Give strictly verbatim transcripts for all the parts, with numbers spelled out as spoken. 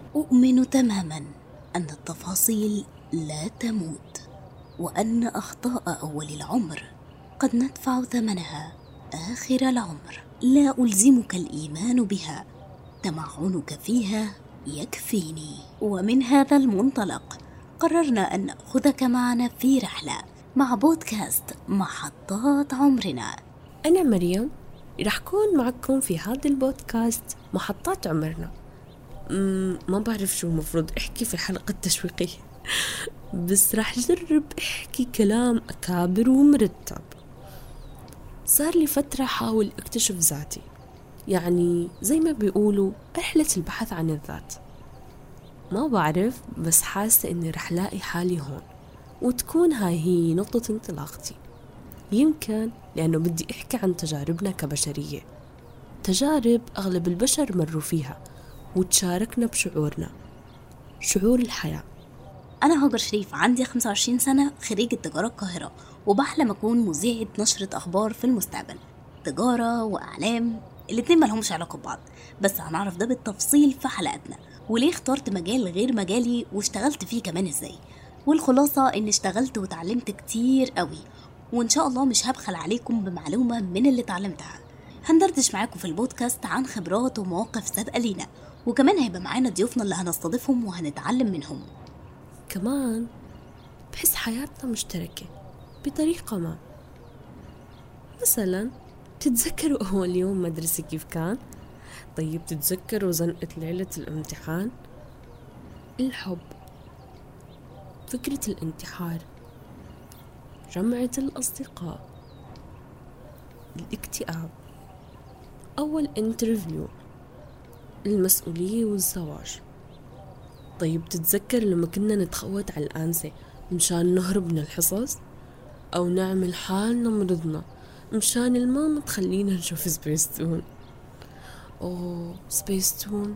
أؤمن تماما أن التفاصيل لا تموت، وأن أخطاء أول العمر قد ندفع ثمنها آخر العمر. لا ألزمك الإيمان بها، تمعنك فيها يكفيني. ومن هذا المنطلق قررنا أن نأخذك معنا في رحلة مع بودكاست محطات عمرنا. أنا مريم، رح كون معكم في هذا البودكاست محطات عمرنا. ما بعرف شو مفروض أحكي في الحلقة التشويقية بس رح أجرب أحكي كلام أكابر ومرتب. صار لي فترة حاول أكتشف ذاتي، يعني زي ما بيقولوا رحلة البحث عن الذات. ما بعرف، بس حاسة إني رح لاقي حالي هون، وتكون هاي هي نقطة انطلاقتي. يمكن لأنه بدي أحكي عن تجاربنا كبشرية، تجارب أغلب البشر مروا فيها وتشاركنا بشعورنا، شعور الحياة. أنا هاجر شريف، عندي خمسة وعشرين سنة، خريجة تجارة القاهرة، وبحلم أكون مذيعة نشرة أخبار في المستقبل. تجارة وأعلام الاتنين ملهمش علاقة ببعض، بس هنعرف ده بالتفصيل في حلقتنا، وليه اخترت مجال غير مجالي واشتغلت فيه كمان ازاي. والخلاصة إني اشتغلت وتعلمت كتير قوي، وإن شاء الله مش هبخل عليكم بمعلومة من اللي اتعلمتها. هندردش معاكم في البودكاست عن خبرات ومواقف سابقة لينا، وكمان هيبقى معانا ضيوفنا اللي هنستضيفهم وهنتعلم منهم. كمان بحس حياتنا مشتركة بطريقة ما. مثلا تتذكروا أول يوم مدرسة كيف كان؟ طيب تتذكروا زنقة ليلة الامتحان؟ الحب، فكرة الانتحار، جمعة الأصدقاء، الاكتئاب، أول انترفيو، المسؤولية والزواج. طيب تتذكر لما كنا نتخوت على الآنسة مشان نهرب من الحصص، أو نعمل حالنا مرضنا مشان الماما تخلينا نشوف سبيستون؟ أوه سبيستون.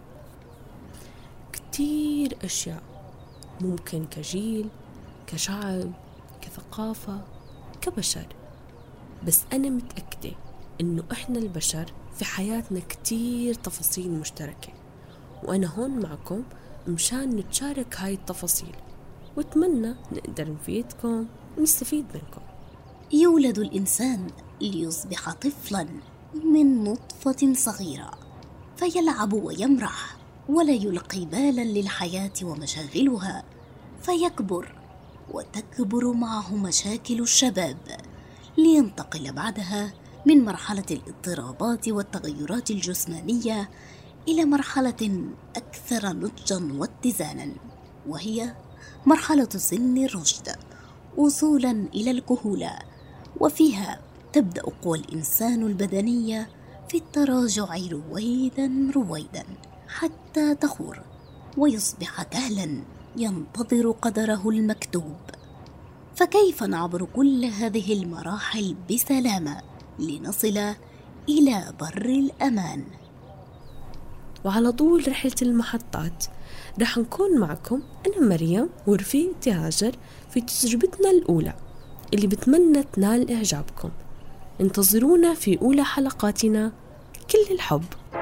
كتير أشياء ممكن كجيل، كشعب، كثقافة، كبشر. بس أنا متأكدة إنه إحنا البشر في حياتنا كتير تفاصيل مشتركة، وأنا هون معكم مشان نتشارك هاي التفاصيل، واتمنى نقدر نفيدكم ونستفيد منكم. يولد الإنسان ليصبح طفلا من نطفة صغيرة، فيلعب ويمرح ولا يلقي بالا للحياة ومشاغلها، فيكبر وتكبر معه مشاكل الشباب، لينتقل بعدها من مرحلة الاضطرابات والتغيرات الجسمانية إلى مرحلة أكثر نضجا واتزانا، وهي مرحلة سن الرشد، وصولا إلى الكهولة. وفيها تبدأ قوى الإنسان البدنية في التراجع رويدا رويدا حتى تخور ويصبح كهلا ينتظر قدره المكتوب. فكيف نعبر كل هذه المراحل بسلامة لنصل إلى بر الأمان؟ وعلى طول رحلة المحطات رح نكون معكم أنا مريم ورفيقتي هاجر في تجربتنا الأولى اللي بتمنى تنال إعجابكم. انتظرونا في أولى حلقاتنا. كل الحب.